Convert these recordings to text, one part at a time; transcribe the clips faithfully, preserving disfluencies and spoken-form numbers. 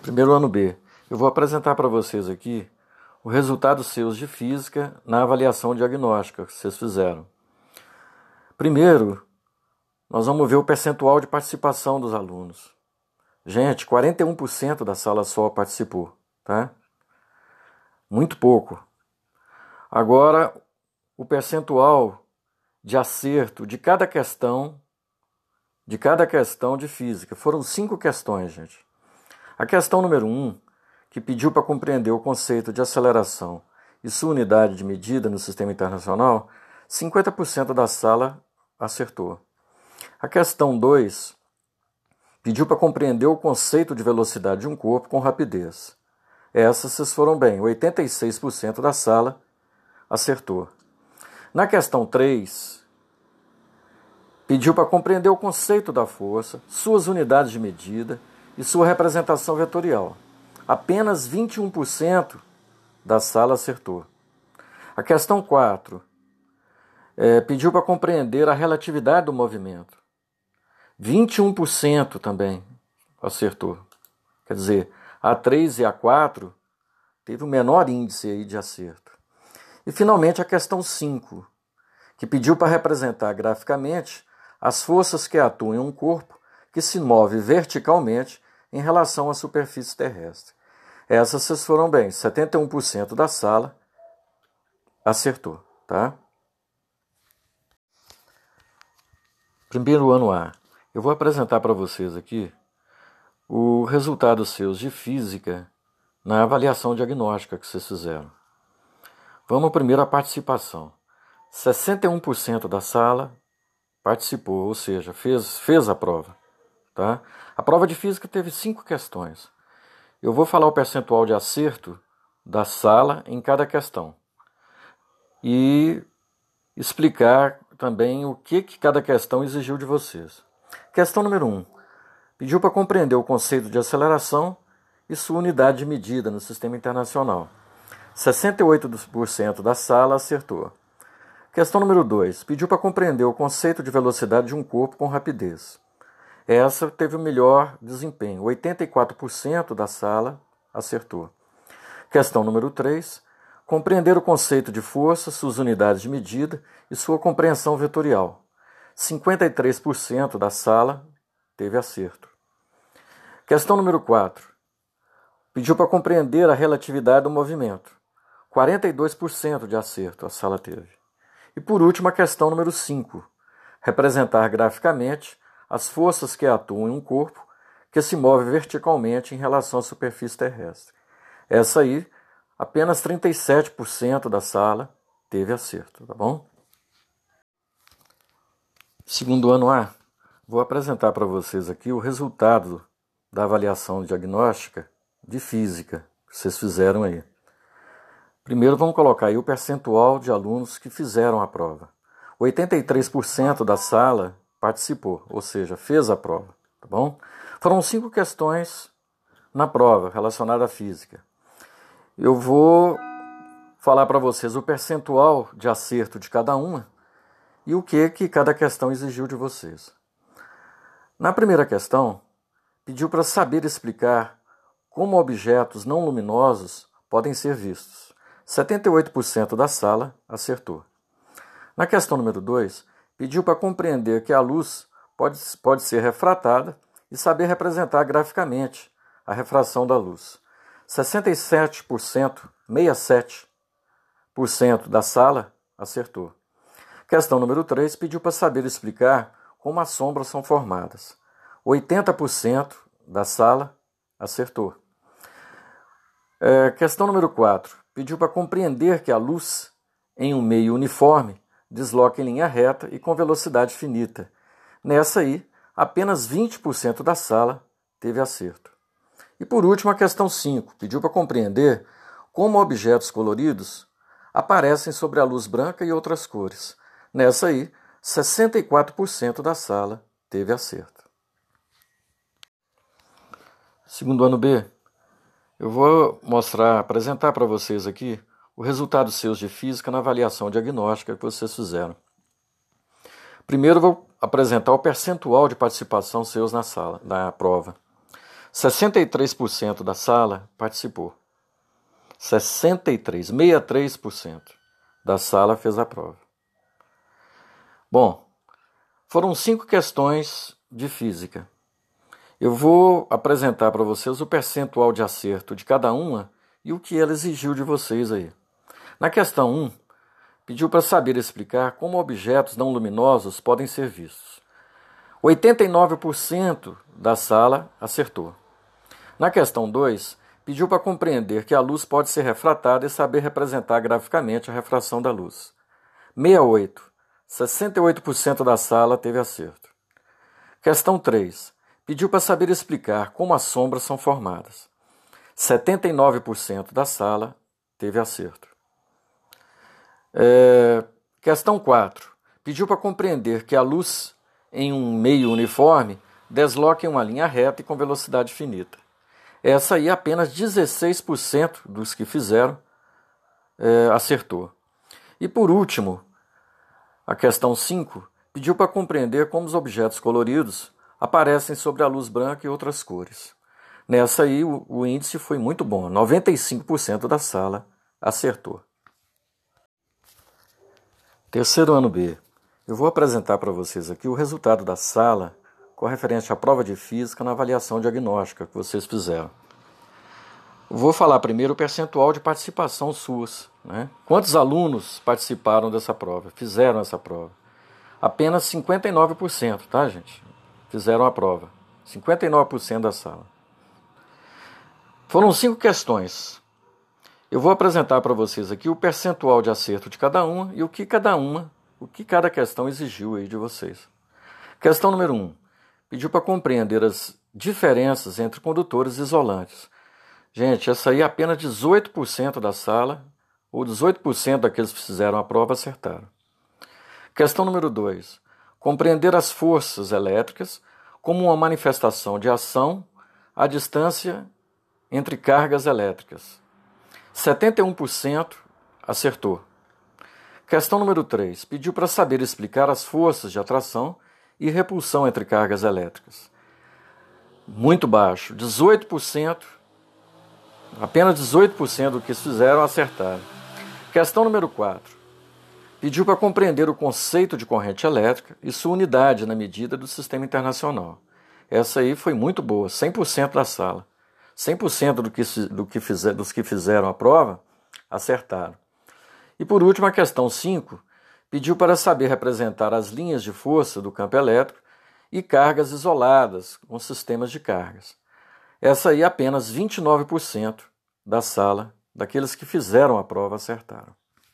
Primeiro ano B. Eu vou apresentar para vocês aqui o resultado seus de física na avaliação diagnóstica que vocês fizeram. Primeiro, nós vamos ver o percentual de participação dos alunos. Gente, quarenta e um por cento da sala só participou, tá? Muito pouco. Agora, o percentual de acerto de cada questão, de cada questão de física. Foram cinco questões, gente. A questão número um, que pediu para compreender o conceito de aceleração e sua unidade de medida no sistema internacional, cinquenta por cento da sala acertou. A questão dois, pediu para compreender o conceito de velocidade de um corpo com rapidez. Essas vocês foram bem, oitenta e seis por cento da sala acertou. Na questão três, pediu para compreender o conceito da força, suas unidades de medida e sua representação vetorial. Apenas vinte e um por cento da sala acertou. A questão quatro é, pediu para compreender a relatividade do movimento. vinte e um por cento também acertou. Quer dizer, a três e a quatro teve o menor índice aí de acerto. E finalmente a questão cinco, que pediu para representar graficamente as forças que atuam em um corpo que se move verticalmente em relação à superfície terrestre. Essas vocês foram bem, setenta e um por cento da sala acertou, tá? Primeiro ano A. Eu vou apresentar para vocês aqui o resultado seus de física na avaliação diagnóstica que vocês fizeram. Vamos primeiro à participação. sessenta e um por cento da sala participou, ou seja, fez, fez a prova. Tá? A prova de física teve cinco questões. Eu vou falar o percentual de acerto da sala em cada questão. E explicar também o que, que cada questão exigiu de vocês. Questão número um. Pediu para compreender o conceito de aceleração e sua unidade de medida no sistema internacional. sessenta e oito por cento da sala acertou. Questão número dois. Pediu para compreender o conceito de velocidade de um corpo com rapidez. Essa teve o melhor desempenho. oitenta e quatro por cento da sala acertou. Questão número três. Compreender o conceito de força, suas unidades de medida e sua compreensão vetorial. cinquenta e três por cento da sala teve acerto. Questão número quatro. Pediu para compreender a relatividade do movimento. quarenta e dois por cento de acerto a sala teve. E por último, a questão número cinco. Representar graficamente as forças que atuam em um corpo que se move verticalmente em relação à superfície terrestre. Essa aí, apenas trinta e sete por cento da sala teve acerto, tá bom? Segundo ano A, vou apresentar para vocês aqui o resultado da avaliação diagnóstica de física que vocês fizeram aí. Primeiro vamos colocar aí o percentual de alunos que fizeram a prova. oitenta e três por cento da sala participou, ou seja, fez a prova, tá bom? Foram cinco questões na prova relacionada à física. Eu vou falar para vocês o percentual de acerto de cada uma e o que que cada questão exigiu de vocês. Na primeira questão, pediu para saber explicar como objetos não luminosos podem ser vistos. setenta e oito por cento da sala acertou. Na questão número dois, pediu para compreender que a luz pode, pode ser refratada e saber representar graficamente a refração da luz. sessenta e sete por cento, sessenta e sete por cento da sala acertou. Questão número três, pediu para saber explicar como as sombras são formadas. oitenta por cento da sala acertou. É, questão número quatro, pediu para compreender que a luz em um meio uniforme desloca em linha reta e com velocidade finita. Nessa aí, apenas vinte por cento da sala teve acerto. E por último, a questão cinco, pediu para compreender como objetos coloridos aparecem sobre a luz branca e outras cores. Nessa aí, sessenta e quatro por cento da sala teve acerto. Segundo ano B, eu vou mostrar, apresentar para vocês aqui o resultado seus de física na avaliação diagnóstica que vocês fizeram. Primeiro vou apresentar o percentual de participação seus na sala, na prova. sessenta e três por cento da sala participou. sessenta e três, sessenta e três por cento da sala fez a prova. Bom, foram cinco questões de física. Eu vou apresentar para vocês o percentual de acerto de cada uma e o que ela exigiu de vocês aí. Na questão um, pediu para saber explicar como objetos não luminosos podem ser vistos. oitenta e nove por cento da sala acertou. Na questão dois, pediu para compreender que a luz pode ser refratada e saber representar graficamente a refração da luz. sessenta e oito, sessenta e oito por cento da sala teve acerto. Questão três, pediu para saber explicar como as sombras são formadas. setenta e nove por cento da sala teve acerto. É, questão quatro. Pediu para compreender que a luz em um meio uniforme desloca em uma linha reta e com velocidade finita. Essa aí apenas dezesseis por cento dos que fizeram é, acertou. E por último, a questão cinco pediu para compreender como os objetos coloridos aparecem sobre a luz branca e outras cores. Nessa aí o, o índice foi muito bom, noventa e cinco por cento da sala acertou. Terceiro ano B. Eu vou apresentar para vocês aqui o resultado da sala com referência à prova de física na avaliação diagnóstica que vocês fizeram. Eu vou falar primeiro o percentual de participação suas, né? Quantos alunos participaram dessa prova, fizeram essa prova? Apenas cinquenta e nove por cento, tá, gente? Fizeram a prova. cinquenta e nove por cento da sala. Foram cinco questões. Eu vou apresentar para vocês aqui o percentual de acerto de cada uma e o que cada uma, o que cada questão exigiu aí de vocês. Questão número um. Pediu para compreender as diferenças entre condutores isolantes. Gente, essa aí apenas dezoito por cento da sala, ou dezoito por cento daqueles que fizeram a prova acertaram. Questão número dois. Compreender as forças elétricas como uma manifestação de ação à distância entre cargas elétricas. setenta e um por cento acertou. Questão número três. Pediu para saber explicar as forças de atração e repulsão entre cargas elétricas. Muito baixo, dezoito por cento, apenas dezoito por cento do que fizeram acertaram. Questão número quatro. Pediu para compreender o conceito de corrente elétrica e sua unidade na medida do sistema internacional. Essa aí foi muito boa, cem por cento da sala. cem por cento do que, do que fizer, dos que fizeram a prova acertaram. E por último, a questão cinco pediu para saber representar as linhas de força do campo elétrico e cargas isoladas com sistemas de cargas. Essa aí apenas vinte e nove por cento da sala, daqueles que fizeram a prova, acertaram.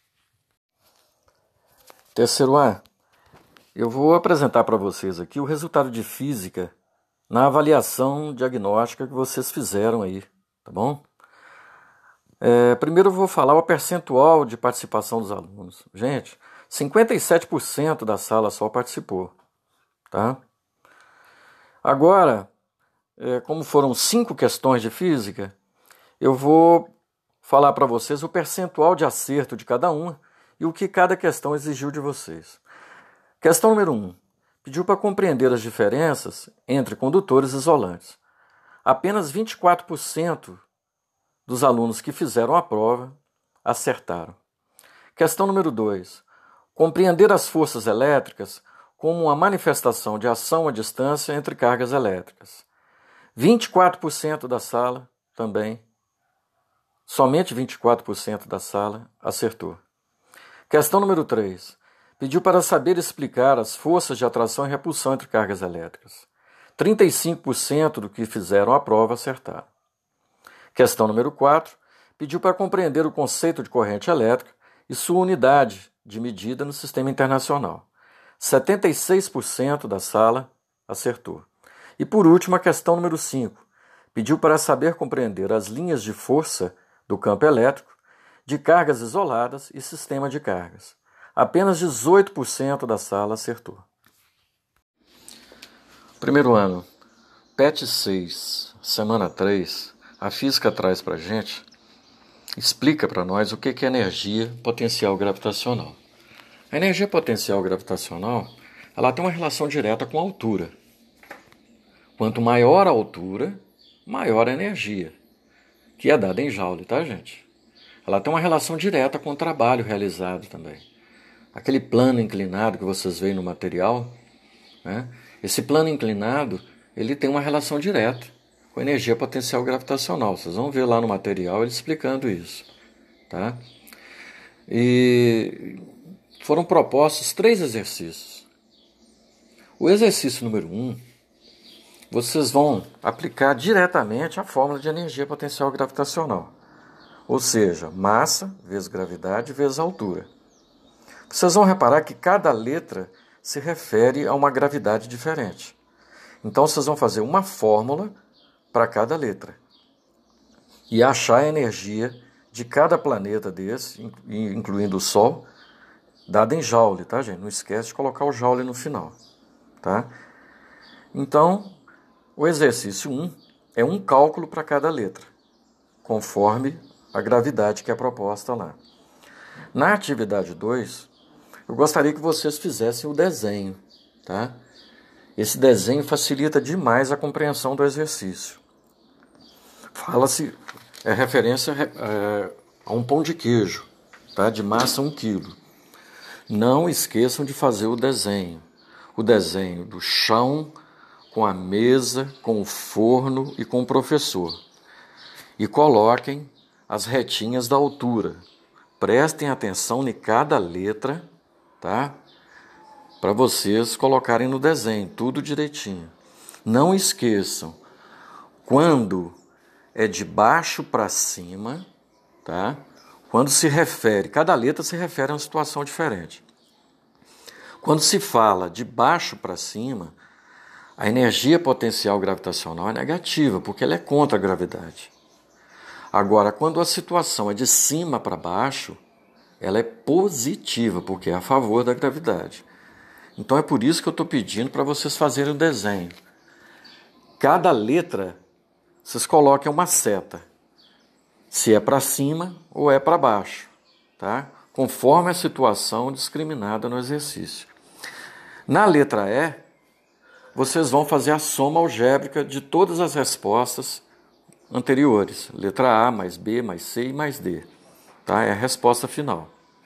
Terceiro A, eu vou apresentar para vocês aqui o resultado de física na avaliação diagnóstica que vocês fizeram aí, tá bom? É, primeiro eu vou falar o percentual de participação dos alunos. Gente, cinquenta e sete por cento da sala só participou, tá? Agora, é, como foram cinco questões de física, eu vou falar para vocês o percentual de acerto de cada uma e o que cada questão exigiu de vocês. Questão número um. Pediu para compreender as diferenças entre condutores isolantes. Apenas vinte e quatro por cento dos alunos que fizeram a prova acertaram. Questão número dois. Compreender as forças elétricas como uma manifestação de ação à distância entre cargas elétricas. vinte e quatro por cento da sala também, somente vinte e quatro por cento da sala acertou. Questão número três. Pediu para saber explicar as forças de atração e repulsão entre cargas elétricas. trinta e cinco por cento do que fizeram a prova acertaram. Questão número quatro. Pediu para compreender o conceito de corrente elétrica e sua unidade de medida no sistema internacional. setenta e seis por cento da sala acertou. E por último, a questão número cinco. Pediu para saber compreender as linhas de força do campo elétrico, de cargas isoladas e sistema de cargas. Apenas dezoito por cento da sala acertou. Primeiro ano, P E T seis, semana três, a física traz para a gente, explica para nós o que é energia potencial gravitacional. A energia potencial gravitacional, ela tem uma relação direta com a altura. Quanto maior a altura, maior a energia, que é dada em joule, tá, gente? Ela tem uma relação direta com o trabalho realizado também. Aquele plano inclinado que vocês veem no material, né? Esse plano inclinado, ele tem uma relação direta com a energia potencial gravitacional. Vocês vão ver lá no material ele explicando isso, tá? E foram propostos três exercícios. O exercício número um, vocês vão aplicar diretamente a fórmula de energia potencial gravitacional. Ou seja, massa vezes gravidade vezes altura. Vocês vão reparar que cada letra se refere a uma gravidade diferente. Então, vocês vão fazer uma fórmula para cada letra e achar a energia de cada planeta desse, incluindo o Sol, dada em joule, tá, gente? Não esquece de colocar o joule no final, tá? Então, o exercício um é um cálculo para cada letra, conforme a gravidade que é proposta lá. Na atividade dois, eu gostaria que vocês fizessem o desenho, tá? Esse desenho facilita demais a compreensão do exercício. Fala-se, é referência é, a um pão de queijo, tá? De massa um quilo. Não esqueçam de fazer o desenho. O desenho do chão, com a mesa, com o forno e com o professor. E coloquem as retinhas da altura. Prestem atenção em cada letra, tá? Para vocês colocarem no desenho, tudo direitinho. Não esqueçam, quando é de baixo para cima, tá? Quando se refere, cada letra se refere a uma situação diferente. Quando se fala de baixo para cima, a energia potencial gravitacional é negativa, porque ela é contra a gravidade. Agora, quando a situação é de cima para baixo, ela é positiva, porque é a favor da gravidade. Então é por isso que eu estou pedindo para vocês fazerem o desenho. Cada letra, vocês coloquem uma seta, se é para cima ou é para baixo, tá? Conforme a situação discriminada no exercício. Na letra E, vocês vão fazer a soma algébrica de todas as respostas anteriores. Letra A mais B mais C e mais D. Tá? É a resposta final.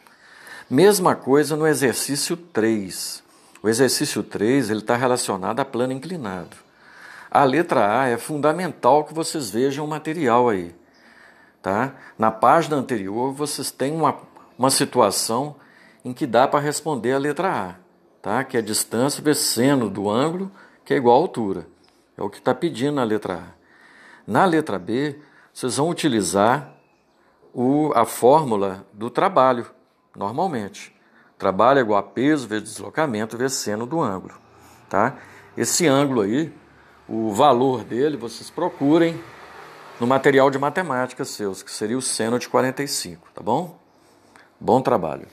Mesma coisa no exercício três. O exercício três está relacionado a plano inclinado. A letra A é fundamental que vocês vejam o material aí. Tá? Na página anterior, vocês têm uma, uma situação em que dá para responder a letra A, tá? Que é a distância vezes seno do ângulo, que é igual à altura. É o que está pedindo na letra A. Na letra B, vocês vão utilizar o, a fórmula do trabalho, normalmente. Trabalho é igual a peso vezes deslocamento vezes seno do ângulo. Tá? Esse ângulo aí, o valor dele, vocês procurem no material de matemática seus, que seria o seno de quarenta e cinco, tá bom? Bom trabalho.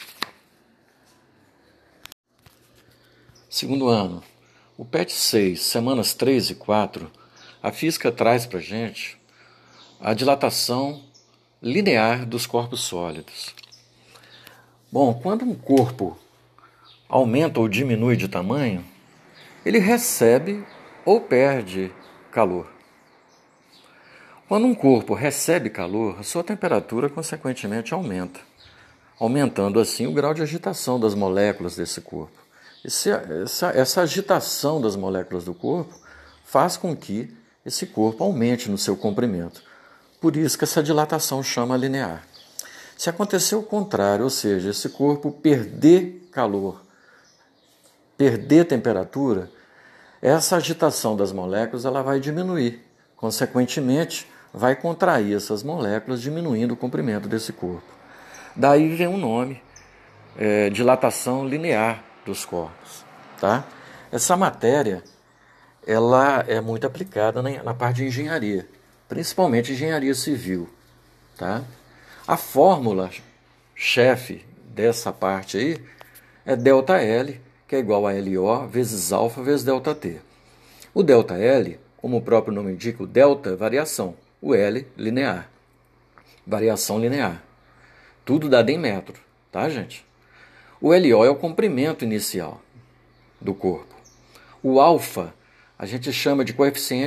Segundo ano, o P E T seis, semanas três e quatro, a física traz para a gente a dilatação linear dos corpos sólidos. Bom, quando um corpo aumenta ou diminui de tamanho, ele recebe ou perde calor. Quando um corpo recebe calor, a sua temperatura consequentemente aumenta, aumentando assim o grau de agitação das moléculas desse corpo. Esse, essa, essa agitação das moléculas do corpo faz com que esse corpo aumente no seu comprimento. Por isso que essa dilatação chama linear. Se acontecer o contrário, ou seja, esse corpo perder calor, perder temperatura, essa agitação das moléculas ela vai diminuir. Consequentemente, vai contrair essas moléculas, diminuindo o comprimento desse corpo. Daí vem o nome, é, dilatação linear dos corpos. Tá? Essa matéria ela é muito aplicada na, na parte de engenharia, principalmente engenharia civil. Tá? A fórmula chefe dessa parte aí é ΔL, que é igual a L O vezes alfa vezes ΔT. O ΔL, como o próprio nome indica, o delta é variação, o L linear. Variação linear. Tudo dado em metro, tá, gente? O L O é o comprimento inicial do corpo. O alfa a gente chama de coeficiente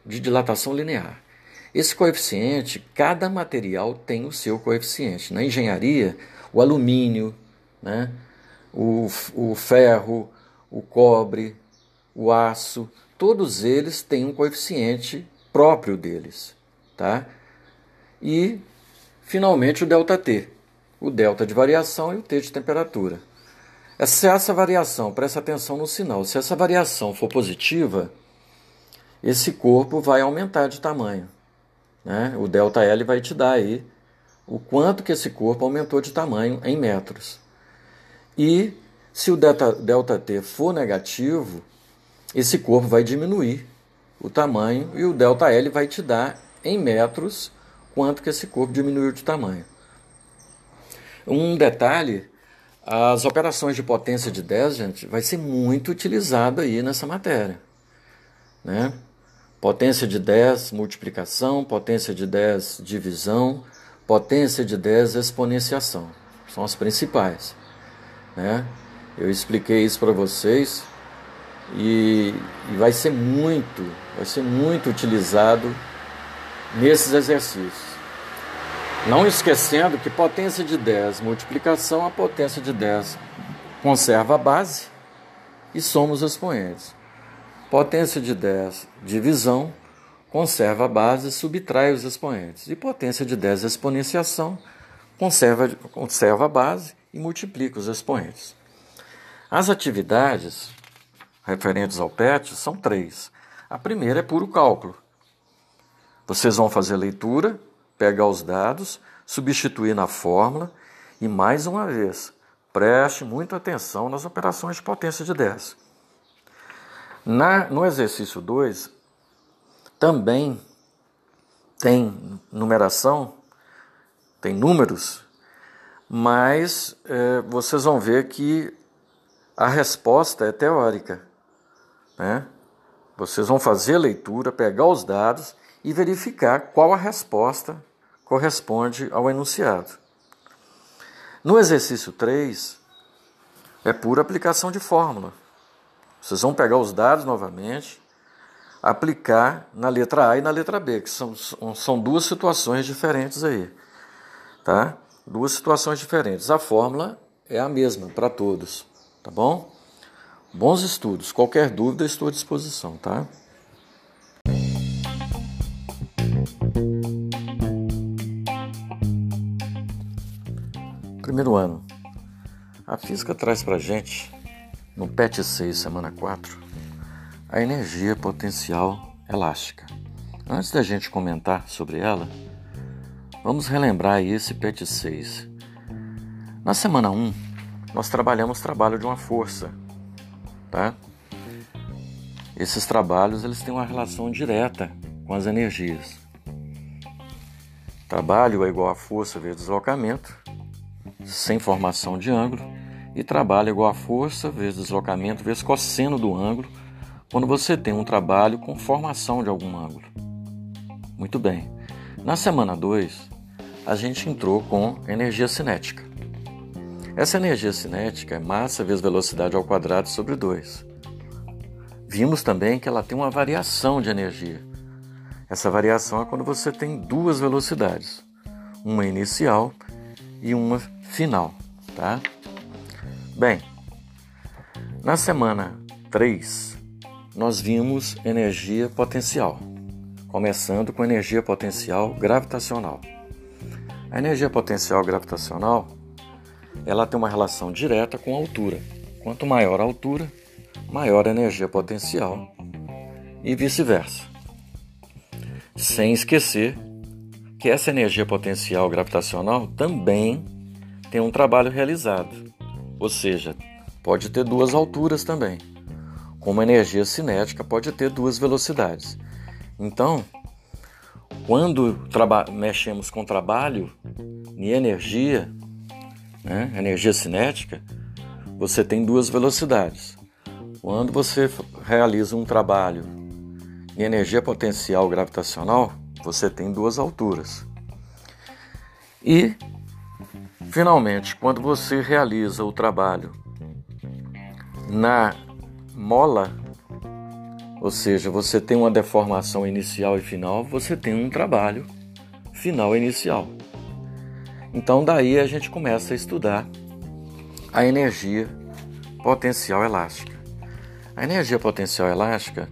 de dilatação linear. Esse coeficiente, cada material tem o seu coeficiente. Na engenharia, o alumínio, né, o, o ferro, o cobre, o aço, todos eles têm um coeficiente próprio deles. Tá? E, finalmente, o ΔT, o delta de variação e o T de temperatura. Se essa variação, presta atenção no sinal, se essa variação for positiva, esse corpo vai aumentar de tamanho. Né? O ΔL vai te dar aí o quanto que esse corpo aumentou de tamanho em metros. E se o ΔT for negativo, esse corpo vai diminuir o tamanho e o ΔL vai te dar em metros quanto que esse corpo diminuiu de tamanho. Um detalhe, as operações de potência de dez, gente, vai ser muito utilizado aí nessa matéria. Né? Potência de dez, multiplicação, potência de dez, divisão, potência de dez, exponenciação. São as principais. Né? Eu expliquei isso para vocês e, e vai ser muito, vai ser muito utilizado nesses exercícios. Não esquecendo que potência de dez, multiplicação, a potência de dez conserva a base e soma os expoentes. Potência de dez, divisão, conserva a base e subtrai os expoentes. E potência de dez, exponenciação, conserva, conserva a base e multiplica os expoentes. As atividades referentes ao P E T são três. A primeira é puro cálculo. Vocês vão fazer a leitura, pegar os dados, substituir na fórmula e, mais uma vez, preste muita atenção nas operações de potência de dez. Na, no exercício dois, também tem numeração, tem números, mas é, vocês vão ver que a resposta é teórica. Né? Vocês vão fazer a leitura, pegar os dados e verificar qual a resposta corresponde ao enunciado. No exercício três, é pura aplicação de fórmula. Vocês vão pegar os dados novamente, aplicar na letra A e na letra B, que são, são duas situações diferentes aí. Tá? Duas situações diferentes. A fórmula é a mesma para todos. Tá bom? Bons estudos. Qualquer dúvida, estou à disposição, tá? Primeiro ano. A física traz para a gente, no P E T seis, semana quatro, a energia potencial elástica. Antes da gente comentar sobre ela, vamos relembrar aí esse P E T seis. Na semana um, nós trabalhamos o trabalho de uma força. Tá? Esses trabalhos eles têm uma relação direta com as energias. Trabalho é igual a força vezes deslocamento, sem formação de ângulo, e trabalho é igual a força vezes deslocamento vezes cosseno do ângulo, quando você tem um trabalho com formação de algum ângulo. Muito bem. Na semana dois, a gente entrou com energia cinética. Essa energia cinética é massa vezes velocidade ao quadrado sobre dois. Vimos também que ela tem uma variação de energia. Essa variação é quando você tem duas velocidades, uma inicial e uma final. Tá? Bem, na semana três, nós vimos energia potencial, começando com energia potencial gravitacional. A energia potencial gravitacional ela tem uma relação direta com a altura. Quanto maior a altura, maior a energia potencial e vice-versa. Sem esquecer que essa energia potencial gravitacional também tem um trabalho realizado, ou seja, pode ter duas alturas também. Como a energia cinética pode ter duas velocidades. Então, quando traba- mexemos com trabalho e energia, né, energia cinética, você tem duas velocidades. Quando você realiza um trabalho em energia potencial gravitacional, você tem duas alturas. E, finalmente, quando você realiza o trabalho na mola ou seja, você tem uma deformação inicial e final, você tem um trabalho final e inicial. Então daí a gente começa a estudar a energia potencial elástica. A energia potencial elástica,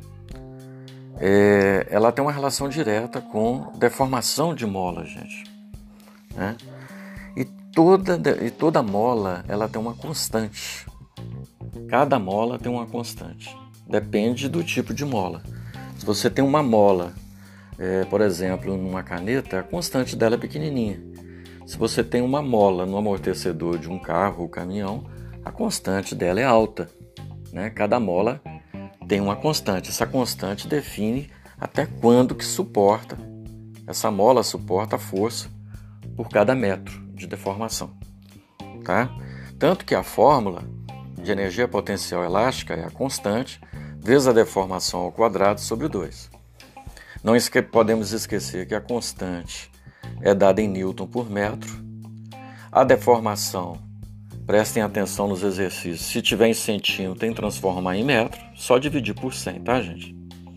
é, ela tem uma relação direta com deformação de mola, gente, né? E toda, e toda mola, ela tem uma constante. Cada mola tem uma constante. Depende do tipo de mola. Se você tem uma mola, é, por exemplo, numa caneta, a constante dela é pequenininha. Se você tem uma mola no amortecedor de um carro ou caminhão, a constante dela é alta, né? Cada mola tem uma constante. Essa constante define até quando que suporta, essa mola suporta a força por cada metro de deformação, tá? Tanto que a fórmula de energia potencial elástica é a constante vezes a deformação ao quadrado sobre dois. Não esque- podemos esquecer que a constante é dada em Newton por metro. A deformação, prestem atenção nos exercícios, se tiver em centímetro tem que transformar em metro, só dividir por cem, tá, gente?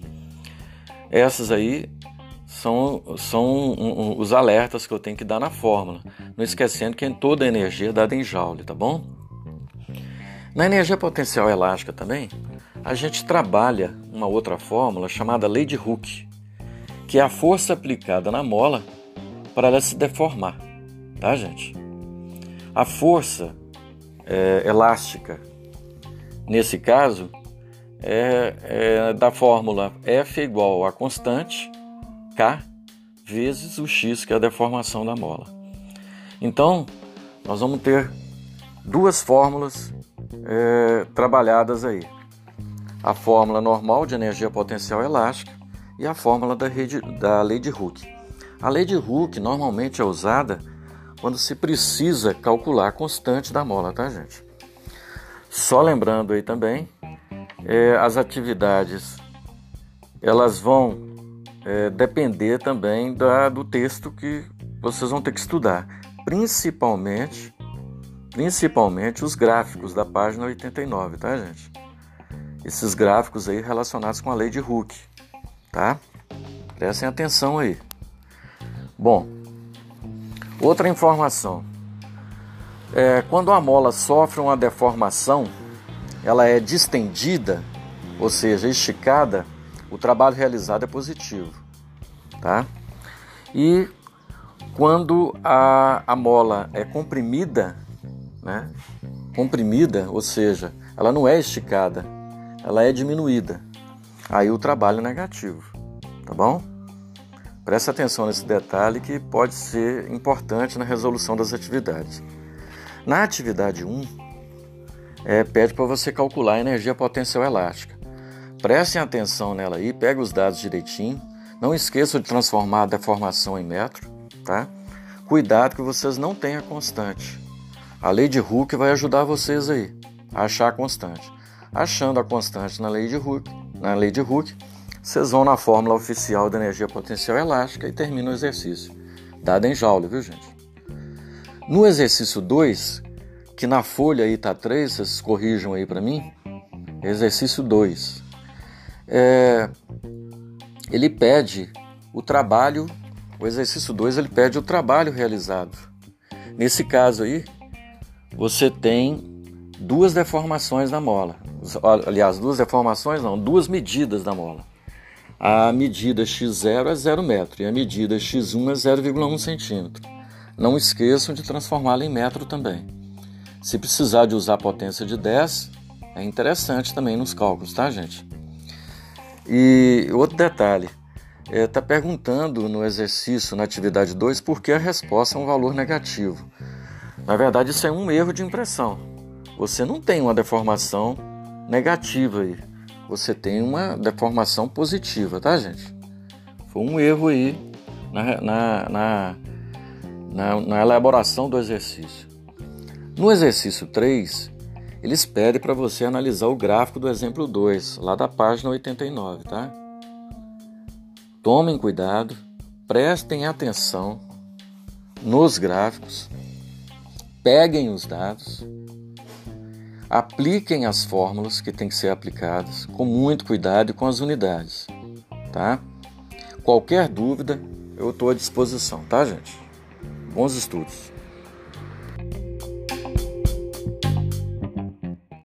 Essas aí são, são um, um, os alertas que eu tenho que dar na fórmula, não esquecendo que toda a energia é dada em joule, tá bom? Na energia potencial elástica também, a gente trabalha uma outra fórmula chamada lei de Hooke, que é a força aplicada na mola para ela se deformar, tá, gente? A força é, elástica, nesse caso, é, é da fórmula F é igual a constante K vezes o X, que é a deformação da mola. Então, nós vamos ter duas fórmulas é, trabalhadas aí. A fórmula normal de energia potencial elástica e a fórmula da, rede, da lei de Hooke. A lei de Hooke normalmente é usada quando se precisa calcular a constante da mola, tá, gente? Só lembrando aí também, é, as atividades, elas vão é, depender também da, do texto que vocês vão ter que estudar, principalmente, principalmente os gráficos da página oitenta e nove, tá, gente? Esses gráficos aí relacionados com a lei de Hooke, tá? Prestem atenção aí. Bom, outra informação. É, quando a mola sofre uma deformação, ela é distendida, ou seja, esticada, o trabalho realizado é positivo, tá? E quando a, a mola é comprimida, né? Comprimida, ou seja, ela não é esticada, ela é diminuída. Aí o trabalho é negativo, tá bom? Preste atenção nesse detalhe que pode ser importante na resolução das atividades. Na atividade um, é, pede para você calcular a energia potencial elástica. Prestem atenção nela aí, pega os dados direitinho. Não esqueçam de transformar a deformação em metro, tá? Cuidado que vocês não tenham constante. A lei de Hooke vai ajudar vocês aí a achar a constante. Achando a constante na lei de Hooke, na lei de Hooke, vocês vão na fórmula oficial da energia potencial elástica e terminam o exercício. Dado em joule, viu, gente? No exercício dois, que na folha aí tá três, vocês corrijam aí para mim. Exercício dois. É, ele pede o trabalho, o exercício dois, ele pede o trabalho realizado. Nesse caso aí, você tem duas deformações na mola. Aliás, duas deformações não, duas medidas da mola. A medida xis zero é zero metro e a medida xis um é zero vírgula um centímetro. Não esqueçam de transformá-la em metro também. Se precisar de usar a potência de dez, é interessante também nos cálculos, tá, gente? E outro detalhe, está é, perguntando no exercício, na atividade dois, por que a resposta é um valor negativo. Na verdade, isso é um erro de impressão. Você não tem uma deformação negativa aí. Você tem uma deformação positiva, tá, gente? Foi um erro aí na, na, na, na, na elaboração do exercício. No exercício três, eles pedem para você analisar o gráfico do exemplo dois, lá da página oitenta e nove, tá? Tomem cuidado, prestem atenção nos gráficos, peguem os dados, Apliquem as fórmulas que têm que ser aplicadas com muito cuidado e com as unidades, tá? Qualquer dúvida, eu estou à disposição, tá, gente? Bons estudos!